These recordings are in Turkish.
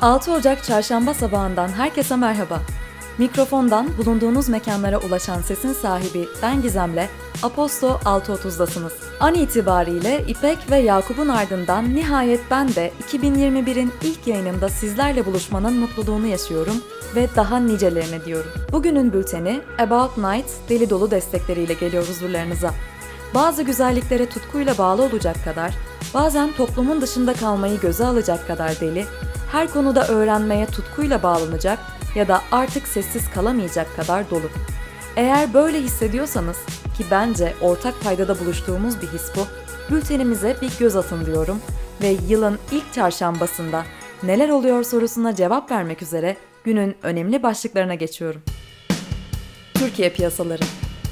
6 Ocak Çarşamba sabahından herkese merhaba. Mikrofondan bulunduğunuz mekanlara ulaşan sesin sahibi ben Gizem'le Aposto 6.30'dasınız. An itibariyle İpek ve Yakup'un ardından nihayet ben de 2021'in ilk yayınında sizlerle buluşmanın mutluluğunu yaşıyorum ve daha nicelerine diyorum. Bugünün bülteni About Night deli dolu destekleriyle geliyor huzurlarınıza. Bazı güzelliklere tutkuyla bağlı olacak kadar, bazen toplumun dışında kalmayı göze alacak kadar deli, her konuda öğrenmeye tutkuyla bağlanacak ya da artık sessiz kalamayacak kadar dolu. Eğer böyle hissediyorsanız, ki bence ortak paydada buluştuğumuz bir his bu, bültenimize bir göz atın diyorum ve yılın ilk çarşambasında neler oluyor sorusuna cevap vermek üzere günün önemli başlıklarına geçiyorum. Türkiye piyasaları.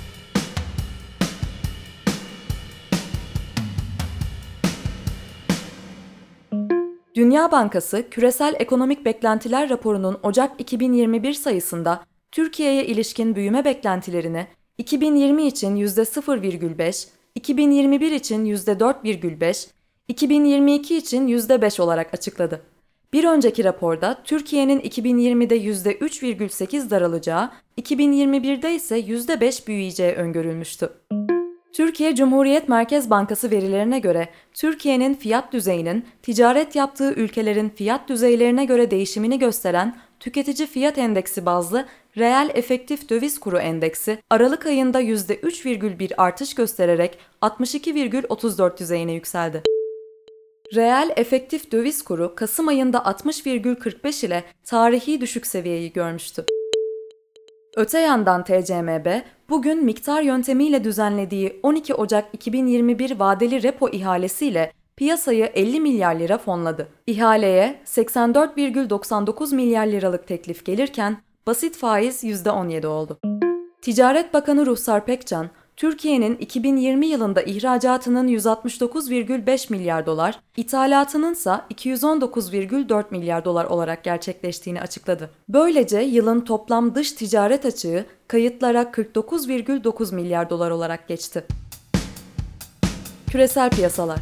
Dünya Bankası, Küresel Ekonomik Beklentiler Raporu'nun Ocak 2021 sayısında Türkiye'ye ilişkin büyüme beklentilerini 2020 için %0,5, 2021 için %4,5, 2022 için %5 olarak açıkladı. Bir önceki raporda Türkiye'nin 2020'de %3,8 daralacağı, 2021'de ise %5 büyüyeceği öngörülmüştü. Türkiye Cumhuriyet Merkez Bankası verilerine göre Türkiye'nin fiyat düzeyinin ticaret yaptığı ülkelerin fiyat düzeylerine göre değişimini gösteren Tüketici Fiyat Endeksi bazlı reel efektif döviz kuru endeksi Aralık ayında %3,1 artış göstererek 62,34 düzeyine yükseldi. Reel efektif döviz kuru Kasım ayında 60,45 ile tarihi düşük seviyeyi görmüştü. Öte yandan TCMB, bugün miktar yöntemiyle düzenlediği 12 Ocak 2021 vadeli repo ihalesiyle piyasayı 50 milyar lira fonladı. İhaleye 84,99 milyar liralık teklif gelirken basit faiz %17 oldu. Ticaret Bakanı Ruhsar Pekcan, Türkiye'nin 2020 yılında ihracatının 169,5 milyar dolar, ithalatının ise 219,4 milyar dolar olarak gerçekleştiğini açıkladı. Böylece yılın toplam dış ticaret açığı kayıtlara 49,9 milyar dolar olarak geçti. Küresel piyasalar.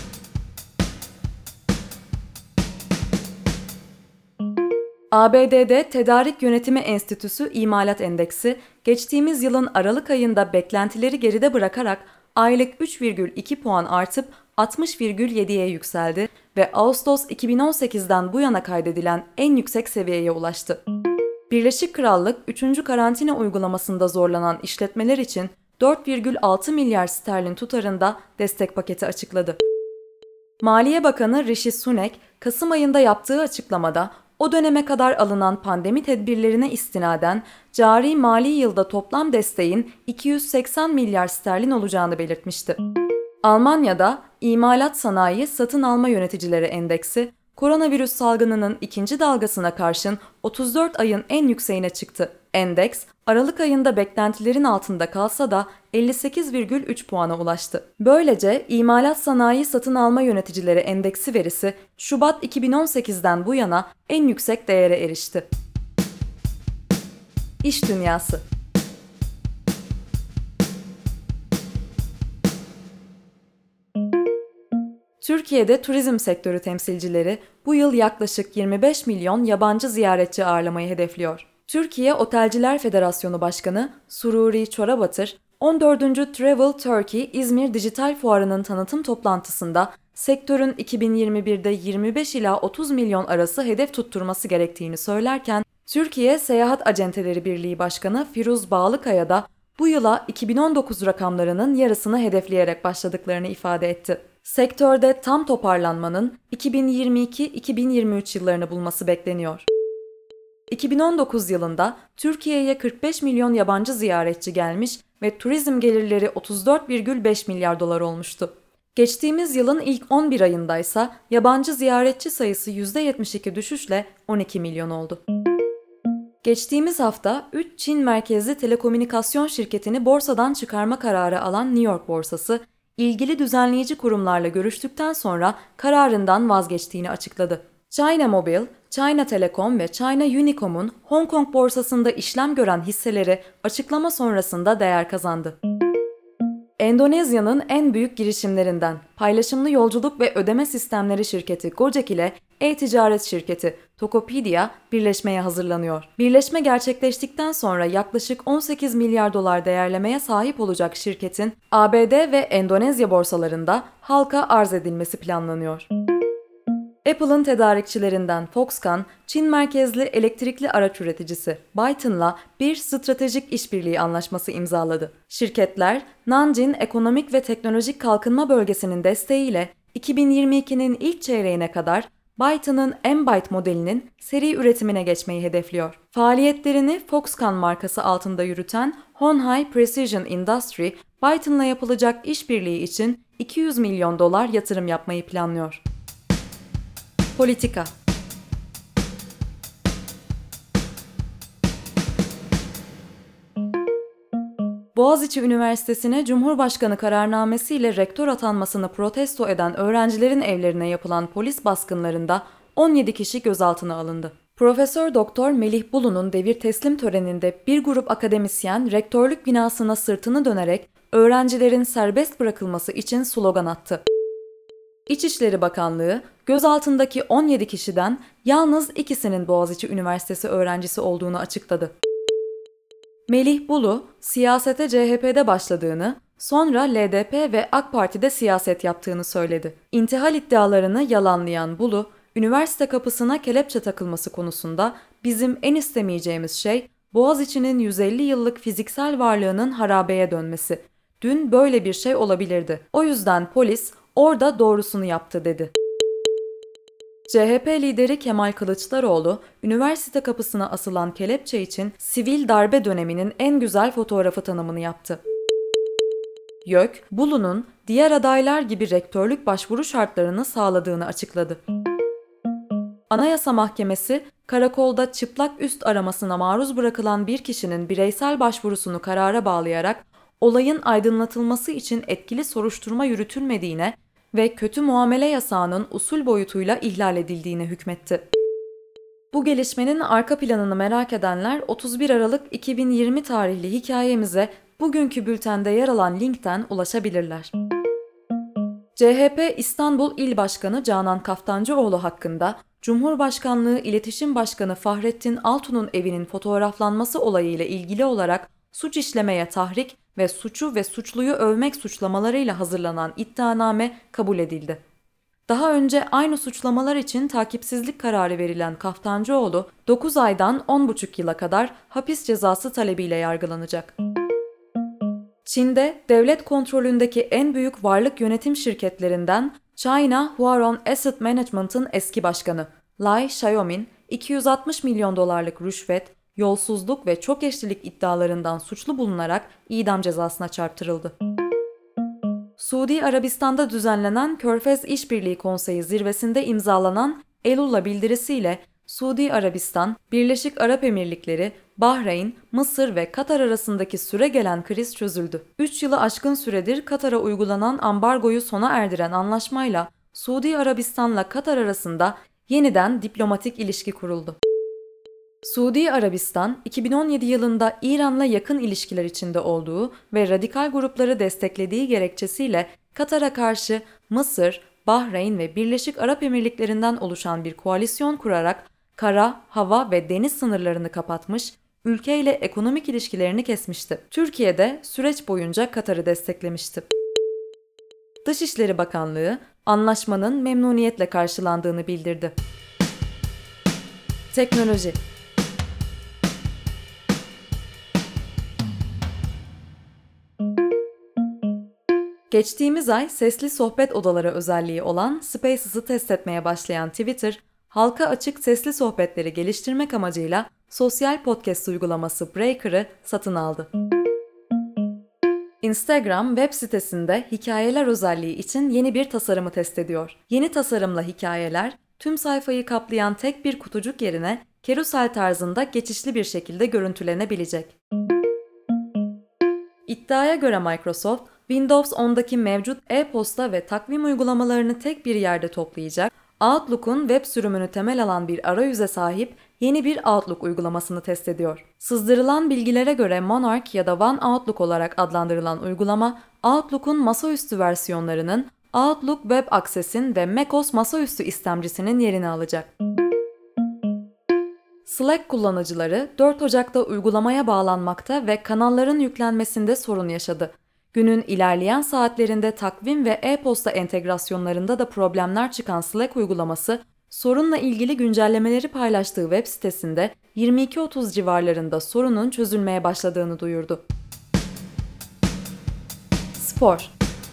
ABD'de Tedarik Yönetimi Enstitüsü İmalat Endeksi, geçtiğimiz yılın Aralık ayında beklentileri geride bırakarak aylık 3,2 puan artıp 60,7'ye yükseldi ve Ağustos 2018'den bu yana kaydedilen en yüksek seviyeye ulaştı. Birleşik Krallık 3. karantina uygulamasında zorlanan işletmeler için 4,6 milyar sterlin tutarında destek paketi açıkladı. Maliye Bakanı Rishi Sunak, Kasım ayında yaptığı açıklamada o döneme kadar alınan pandemi tedbirlerine istinaden cari mali yılda toplam desteğin 280 milyar sterlin olacağını belirtmişti. Almanya'da İmalat Sanayi Satın Alma Yöneticileri Endeksi, koronavirüs salgınının ikinci dalgasına karşın 34 ayın en yükseğine çıktı. Endeks, Aralık ayında beklentilerin altında kalsa da 58,3 puana ulaştı. Böylece İmalat Sanayi Satın Alma Yöneticileri Endeksi verisi Şubat 2018'den bu yana en yüksek değere erişti. İş dünyası. Türkiye'de turizm sektörü temsilcileri bu yıl yaklaşık 25 milyon yabancı ziyaretçi ağırlamayı hedefliyor. Türkiye Otelciler Federasyonu Başkanı Sururi Çorabatır, 14. Travel Turkey İzmir Dijital Fuarı'nın tanıtım toplantısında sektörün 2021'de 25 ila 30 milyon arası hedef tutturması gerektiğini söylerken, Türkiye Seyahat Acenteleri Birliği Başkanı Firuz Bağlıkaya da bu yıla 2019 rakamlarının yarısını hedefleyerek başladıklarını ifade etti. Sektörde tam toparlanmanın 2022-2023 yıllarını bulması bekleniyor. 2019 yılında Türkiye'ye 45 milyon yabancı ziyaretçi gelmiş ve turizm gelirleri 34,5 milyar dolar olmuştu. Geçtiğimiz yılın ilk 11 ayındaysa yabancı ziyaretçi sayısı %72 düşüşle 12 milyon oldu. Geçtiğimiz hafta 3 Çin merkezli telekomünikasyon şirketini borsadan çıkarma kararı alan New York borsası, ilgili düzenleyici kurumlarla görüştükten sonra kararından vazgeçtiğini açıkladı. China Mobile, China Telecom ve China Unicom'un Hong Kong borsasında işlem gören hisseleri açıklama sonrasında değer kazandı. Endonezya'nın en büyük girişimlerinden paylaşımlı yolculuk ve ödeme sistemleri şirketi Gojek ile e-ticaret şirketi Tokopedia birleşmeye hazırlanıyor. Birleşme gerçekleştikten sonra yaklaşık 18 milyar dolar değerlemeye sahip olacak şirketin ABD ve Endonezya borsalarında halka arz edilmesi planlanıyor. Apple'ın tedarikçilerinden Foxconn, Çin merkezli elektrikli araç üreticisi Byton'la bir stratejik işbirliği anlaşması imzaladı. Şirketler, Nanjing Ekonomik ve Teknolojik Kalkınma Bölgesi'nin desteğiyle 2022'nin ilk çeyreğine kadar Byton'ın M-Byte modelinin seri üretimine geçmeyi hedefliyor. Faaliyetlerini Foxconn markası altında yürüten Honhai Precision Industry, Byton'la yapılacak işbirliği için 200 milyon dolar yatırım yapmayı planlıyor. Politika. Boğaziçi Üniversitesi'ne Cumhurbaşkanı kararnamesiyle rektör atanmasını protesto eden öğrencilerin evlerine yapılan polis baskınlarında 17 kişi gözaltına alındı. Profesör Doktor Melih Bulu'nun devir teslim töreninde bir grup akademisyen rektörlük binasına sırtını dönerek öğrencilerin serbest bırakılması için slogan attı. İçişleri Bakanlığı, gözaltındaki 17 kişiden yalnız ikisinin Boğaziçi Üniversitesi öğrencisi olduğunu açıkladı. Melih Bulu, siyasete CHP'de başladığını, sonra LDP ve AK Parti'de siyaset yaptığını söyledi. İntihal iddialarını yalanlayan Bulu, üniversite kapısına kelepçe takılması konusunda bizim en istemeyeceğimiz şey Boğaziçi'nin 150 yıllık fiziksel varlığının harabeye dönmesi. Dün böyle bir şey olabilirdi. O yüzden polis orada doğrusunu yaptı dedi. CHP lideri Kemal Kılıçdaroğlu, üniversite kapısına asılan kelepçe için sivil darbe döneminin en güzel fotoğrafı tanımını yaptı. YÖK, Bulu'nun diğer adaylar gibi rektörlük başvuru şartlarını sağladığını açıkladı. Anayasa Mahkemesi, karakolda çıplak üst aramasına maruz bırakılan bir kişinin bireysel başvurusunu karara bağlayarak olayın aydınlatılması için etkili soruşturma yürütülmediğine ve kötü muamele yasağının usul boyutuyla ihlal edildiğine hükmetti. Bu gelişmenin arka planını merak edenler 31 Aralık 2020 tarihli hikayemize bugünkü bültende yer alan linkten ulaşabilirler. CHP İstanbul İl Başkanı Canan Kaftancıoğlu hakkında Cumhurbaşkanlığı İletişim Başkanı Fahrettin Altun'un evinin fotoğraflanması olayıyla ilgili olarak suç işlemeye tahrik ve suçu ve suçluyu övmek suçlamalarıyla hazırlanan iddianame kabul edildi. Daha önce aynı suçlamalar için takipsizlik kararı verilen Kaftancıoğlu, 9 aydan 10,5 yıla kadar hapis cezası talebiyle yargılanacak. Çin'de devlet kontrolündeki en büyük varlık yönetim şirketlerinden China Huarong Asset Management'ın eski başkanı Lai Xiaomin, 260 milyon dolarlık rüşvet, yolsuzluk ve çok eşlilik iddialarından suçlu bulunarak idam cezasına çarptırıldı. Suudi Arabistan'da düzenlenen Körfez İşbirliği Konseyi zirvesinde imzalanan Elula bildirisiyle Suudi Arabistan, Birleşik Arap Emirlikleri, Bahreyn, Mısır ve Katar arasındaki süregelen kriz çözüldü. 3 yılı aşkın süredir Katar'a uygulanan ambargoyu sona erdiren anlaşmayla Suudi Arabistan'la Katar arasında yeniden diplomatik ilişki kuruldu. Suudi Arabistan, 2017 yılında İran'la yakın ilişkiler içinde olduğu ve radikal grupları desteklediği gerekçesiyle Katar'a karşı Mısır, Bahreyn ve Birleşik Arap Emirlikleri'nden oluşan bir koalisyon kurarak kara, hava ve deniz sınırlarını kapatmış, ülkeyle ekonomik ilişkilerini kesmişti. Türkiye de süreç boyunca Katar'ı desteklemişti. Dışişleri Bakanlığı, anlaşmanın memnuniyetle karşılandığını bildirdi. Teknoloji. Geçtiğimiz ay sesli sohbet odaları özelliği olan Spaces'ı test etmeye başlayan Twitter, halka açık sesli sohbetleri geliştirmek amacıyla sosyal podcast uygulaması Breaker'ı satın aldı. Instagram web sitesinde hikayeler özelliği için yeni bir tasarımı test ediyor. Yeni tasarımla hikayeler, tüm sayfayı kaplayan tek bir kutucuk yerine kerusel tarzında geçişli bir şekilde görüntülenebilecek. İddiaya göre Microsoft, Windows 10'daki mevcut e-posta ve takvim uygulamalarını tek bir yerde toplayacak, Outlook'un web sürümünü temel alan bir arayüze sahip yeni bir Outlook uygulamasını test ediyor. Sızdırılan bilgilere göre Monarch ya da One Outlook olarak adlandırılan uygulama, Outlook'un masaüstü versiyonlarının Outlook Web Access'in ve macOS masaüstü istemcisinin yerini alacak. Slack kullanıcıları 4 Ocak'ta uygulamaya bağlanmakta ve kanalların yüklenmesinde sorun yaşadı. Günün ilerleyen saatlerinde takvim ve e-posta entegrasyonlarında da problemler çıkan Slack uygulaması, sorunla ilgili güncellemeleri paylaştığı web sitesinde 22.30 civarlarında sorunun çözülmeye başladığını duyurdu. Spor.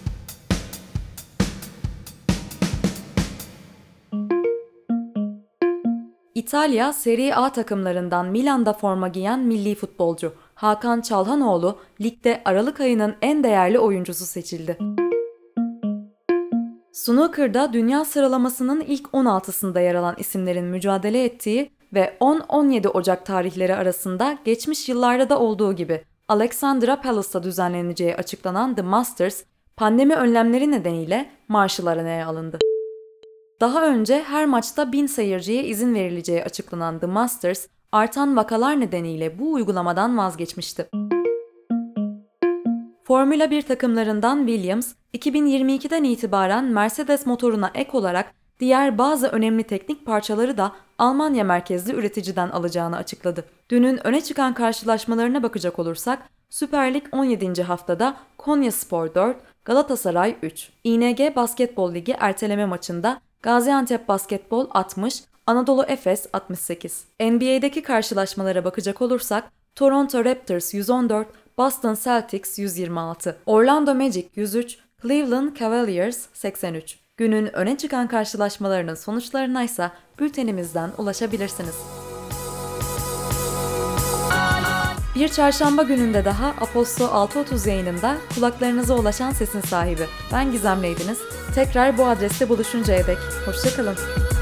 İtalya Serie A takımlarından Milan'da forma giyen milli futbolcu Hakan Çalhanoğlu, ligde Aralık ayının en değerli oyuncusu seçildi. Snooker'da dünya sıralamasının ilk 16'sında yer alan isimlerin mücadele ettiği ve 10-17 Ocak tarihleri arasında geçmiş yıllarda da olduğu gibi Alexandra Palace'ta düzenleneceği açıklanan The Masters, pandemi önlemleri nedeniyle Marshall Arena'ya alındı. Daha önce her maçta 1000 seyirciye izin verileceği açıklanan The Masters, artan vakalar nedeniyle bu uygulamadan vazgeçmişti. Formula 1 takımlarından Williams, 2022'den itibaren Mercedes motoruna ek olarak diğer bazı önemli teknik parçaları da Almanya merkezli üreticiden alacağını açıkladı. Dünün öne çıkan karşılaşmalarına bakacak olursak, Süper Lig 17. haftada Konyaspor 4, Galatasaray 3. İNG Basketbol Ligi erteleme maçında Gaziantep Basketbol 60, Anadolu Efes 68. NBA'deki karşılaşmalara bakacak olursak Toronto Raptors 114, Boston Celtics 126, Orlando Magic 103, Cleveland Cavaliers 83. Günün öne çıkan karşılaşmalarının sonuçlarına ise bültenimizden ulaşabilirsiniz. Bir çarşamba gününde daha Aposto 6.30 yayınında kulaklarınıza ulaşan sesin sahibi. Ben Gizem'leydiniz. Tekrar bu adreste buluşuncaya dek. Hoşça kalın.